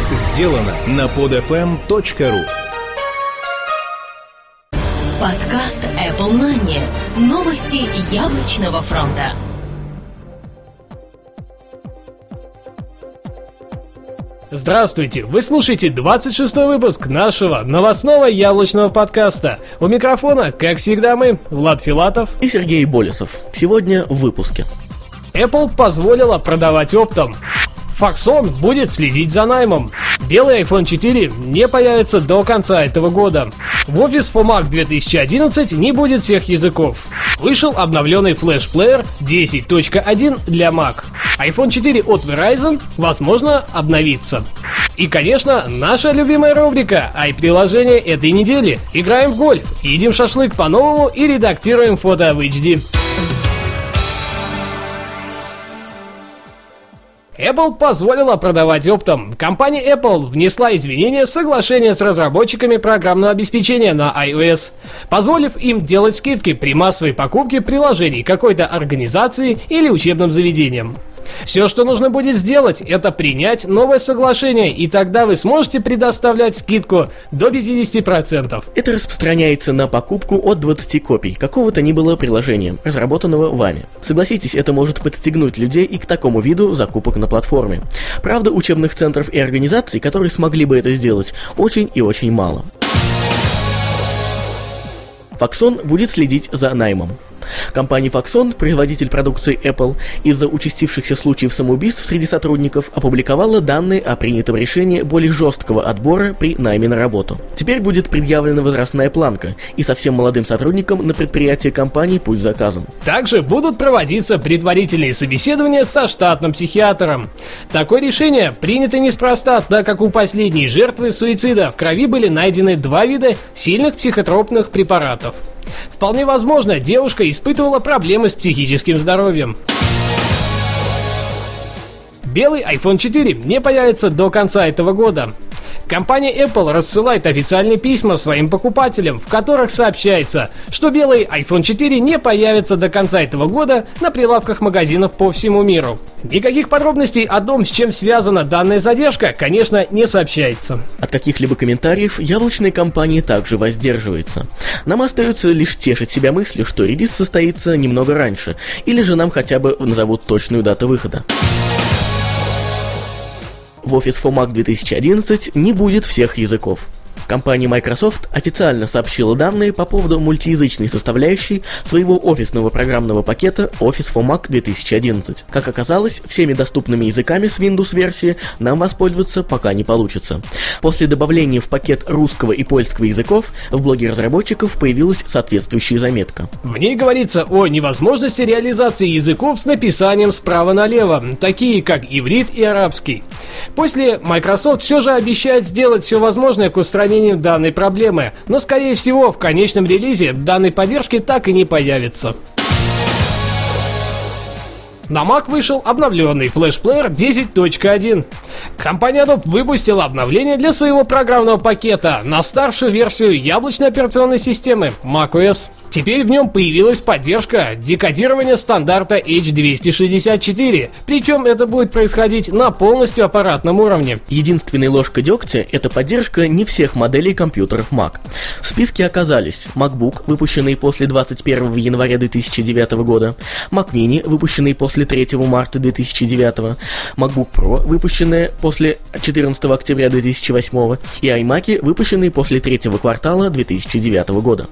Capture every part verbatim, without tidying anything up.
Сделано на под эф эм точка ру. Подкаст Apple Money. Новости яблочного фронта. Здравствуйте! Вы слушаете двадцать шестой выпуск нашего новостного яблочного подкаста. У микрофона, как всегда, мы, Влад Филатов и Сергей Болесов. Сегодня в выпуске. Apple позволила продавать оптом. Foxconn будет следить за наймом. Белый айфон четыре не появится до конца этого года. В Office for Mac две тысячи одиннадцать не будет всех языков. Вышел обновленный флеш-плеер десять точка один для Mac. айфон четыре от Verizon, возможно, обновится. И, конечно, наша любимая рубрика «Ай-приложение этой недели». Играем в гольф, едим шашлык по-новому и редактируем фото в эйч ди. Apple позволила продавать оптом. Компания Apple внесла изменения в соглашение с разработчиками программного обеспечения на iOS, позволив им делать скидки при массовой покупке приложений какой-то организации или учебным заведениям. Все, что нужно будет сделать, это принять новое соглашение, и тогда вы сможете предоставлять скидку до пятьдесят процентов. Это распространяется на покупку от двадцати копий какого-то ни было приложения, разработанного вами. Согласитесь, это может подстегнуть людей и к такому виду закупок на платформе. Правда, учебных центров и организаций, которые смогли бы это сделать, очень и очень мало. Foxconn будет следить за наймом. Компания Foxconn, производитель продукции Apple, из-за участившихся случаев самоубийств среди сотрудников опубликовала данные о принятом решении более жесткого отбора при найме на работу. Теперь будет предъявлена возрастная планка, и совсем молодым сотрудникам на предприятии компании путь заказан. Также будут проводиться предварительные собеседования со штатным психиатром. Такое решение принято неспроста, так как у последней жертвы суицида в крови были найдены два вида сильных психотропных препаратов. Вполне возможно, девушка испытывала проблемы с психическим здоровьем. Белый айфон четыре не появится до конца этого года. Компания Apple рассылает официальные письма своим покупателям, в которых сообщается, что белый айфон четыре не появится до конца этого года на прилавках магазинов по всему миру. Никаких подробностей о том, с чем связана данная задержка, конечно, не сообщается. От каких-либо комментариев яблочная компания также воздерживается. Нам остается лишь тешить себя мыслью, что релиз состоится немного раньше, или же нам хотя бы назовут точную дату выхода. В Office for Mac две тысячи одиннадцать не будет всех языков. Компания Microsoft официально сообщила данные по поводу мультиязычной составляющей своего офисного программного пакета Office for Mac две тысячи одиннадцать. Как оказалось, всеми доступными языками с Windows-версии нам воспользоваться пока не получится. После добавления в пакет русского и польского языков в блоге разработчиков появилась соответствующая заметка. В ней говорится о невозможности реализации языков с написанием справа налево, такие как иврит и арабский. После Microsoft все же обещает сделать все возможное к устранению данной проблемы, но, скорее всего, в конечном релизе данной поддержки так и не появится. На Mac вышел обновленный флеш-плеер десять точка один. Компания Adobe выпустила обновление для своего программного пакета на старшую версию яблочной операционной системы macOS. Теперь в нем появилась поддержка декодирования стандарта эйч двести шестьдесят четыре, причем это будет происходить на полностью аппаратном уровне. Единственной ложкой дегтя – это поддержка не всех моделей компьютеров Mac. В списке оказались MacBook, выпущенный после двадцать первого января две тысячи девятого года, Mac Mini, выпущенный после третьего марта две тысячи девятого, MacBook Pro, выпущенные после четырнадцатого октября две тысячи восьмого, и iMac, выпущенные после третьего квартала две тысячи девятого года.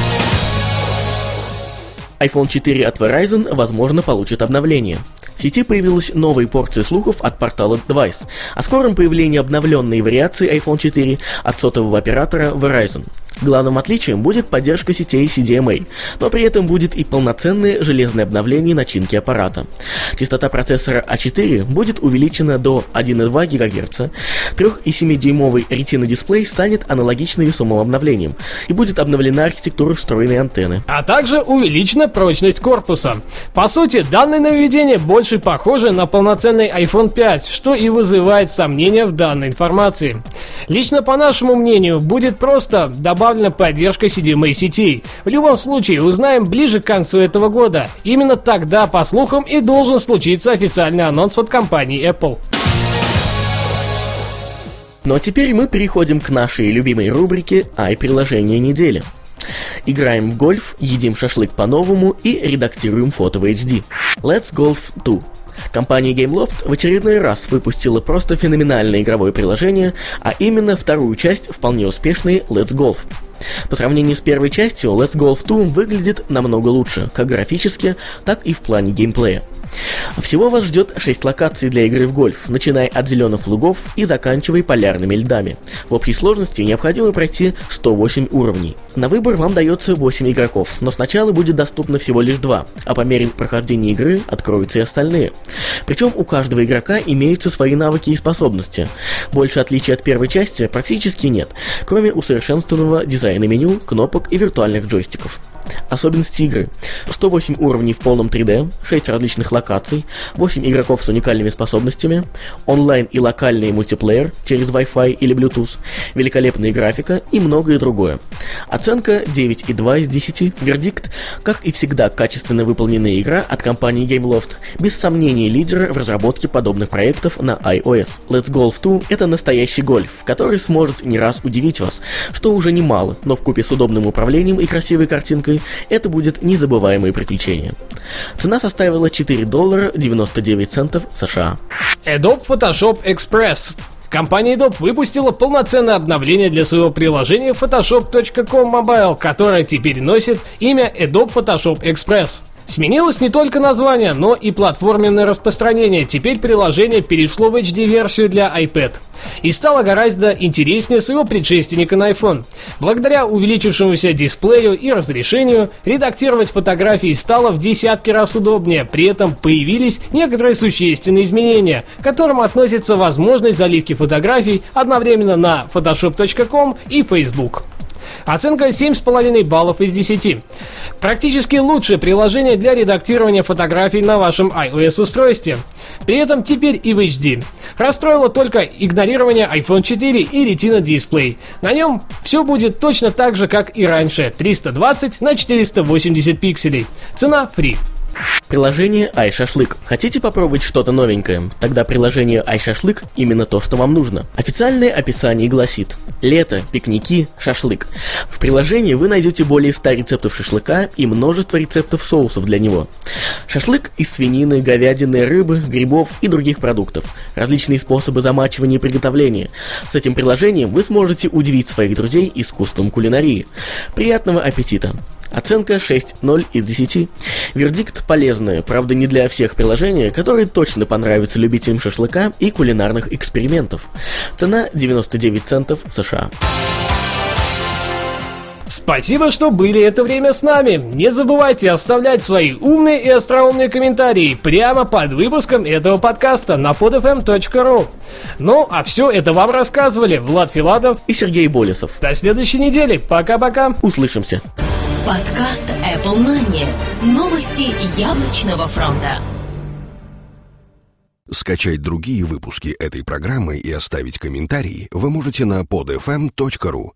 айфон четыре от Verizon, возможно, получит обновление. В сети появилась новая порция слухов от портала Device о скором появлении обновленной вариации айфон четыре от сотового оператора Verizon. Главным отличием будет поддержка сетей си ди эм эй, но при этом будет и полноценное железное обновление начинки аппарата. Частота процессора а четыре будет увеличена до один и два гигагерца, три и семь дюймовый Retina дисплей станет аналогично весомым обновлением, и будет обновлена архитектура встроенной антенны. А также увеличена прочность корпуса. По сути, данное нововведение больше похоже на полноценный айфон пять, что и вызывает сомнения в данной информации. Лично по нашему мнению, будет просто добавлена поддержка си ди эм эй сетей. В любом случае, узнаем ближе к концу этого года. Именно тогда, по слухам, и должен случиться официальный анонс от компании Apple. Ну а теперь мы переходим к нашей любимой рубрике «Ай-приложение недели». Играем в гольф, едим шашлык по-новому и редактируем фото в эйч ди. Let's Golf два. Компания Gameloft в очередной раз выпустила просто феноменальное игровое приложение, а именно вторую часть вполне успешной Let's Golf. По сравнению с первой частью, Let's Golf два выглядит намного лучше, как графически, так и в плане геймплея. Всего вас ждет шесть локаций для игры в гольф, начиная от зеленых лугов и заканчивая полярными льдами. В общей сложности необходимо пройти сто восемь уровней. На выбор вам дается восемь игроков, но сначала будет доступно всего лишь два, а по мере прохождения игры откроются и остальные. Причем у каждого игрока имеются свои навыки и способности. Больше отличий от первой части практически нет, кроме усовершенствованного дизайна меню, кнопок и виртуальных джойстиков. Особенности игры. сто восемь уровней в полном три дэ, шесть различных локаций, восемь игроков с уникальными способностями, онлайн и локальный мультиплеер через Wi-Fi или Bluetooth, великолепная графика и многое другое. Оценка девять и два из десяти. Вердикт: как и всегда, качественно выполненная игра от компании Gameloft, без сомнения лидера в разработке подобных проектов на iOS. Let's Golf два — это настоящий гольф, который сможет не раз удивить вас, что уже немало, но вкупе с удобным управлением и красивой картинкой это будет незабываемое приключение. Цена составила четыре доллара девяносто девять центов США. Adobe Photoshop Express. Компания Adobe выпустила полноценное обновление для своего приложения Photoshop точка ком Mobile, которое теперь носит имя Adobe Photoshop Express. Сменилось не только название, но и платформенное распространение. Теперь приложение перешло в эйч ди-версию для iPad и стало гораздо интереснее своего предшественника на iPhone. Благодаря увеличившемуся дисплею и разрешению, редактировать фотографии стало в десятки раз удобнее. При этом появились некоторые существенные изменения, к которым относится возможность заливки фотографий одновременно на Photoshop точка ком и Facebook. Оценка семь с половиной баллов из десяти. Практически лучшее приложение для редактирования фотографий на вашем iOS-устройстве. При этом теперь и в эйч ди. Расстроило только игнорирование айфон четыре и Retina дисплей. На нем все будет точно так же, как и раньше. триста двадцать на четыреста восемьдесят пикселей. Цена фри. Приложение iShashlik. Хотите попробовать что-то новенькое? Тогда приложение iShashlik именно то, что вам нужно. Официальное описание гласит: лето, пикники, шашлык. В приложении вы найдете более ста рецептов шашлыка и множество рецептов соусов для него. Шашлык из свинины, говядины, рыбы, грибов и других продуктов. Различные способы замачивания и приготовления. С этим приложением вы сможете удивить своих друзей искусством кулинарии. Приятного аппетита! Оценка шесть ноль из десяти. Вердикт: полезное, правда не для всех приложения, которые точно понравятся любителям шашлыка и кулинарных экспериментов. Цена девяносто девять центов США. Спасибо, что были это время с нами. Не забывайте оставлять свои умные и остроумные комментарии прямо под выпуском этого подкаста на под эф эм точка ру. Ну, а все это вам рассказывали Влад Филатов и Сергей Болесов. До следующей недели. Пока-пока. Услышимся. Подкаст Apple Money. Новости яблочного фронта. Скачать другие выпуски этой программы и оставить комментарии вы можете на под эф эм точка ру.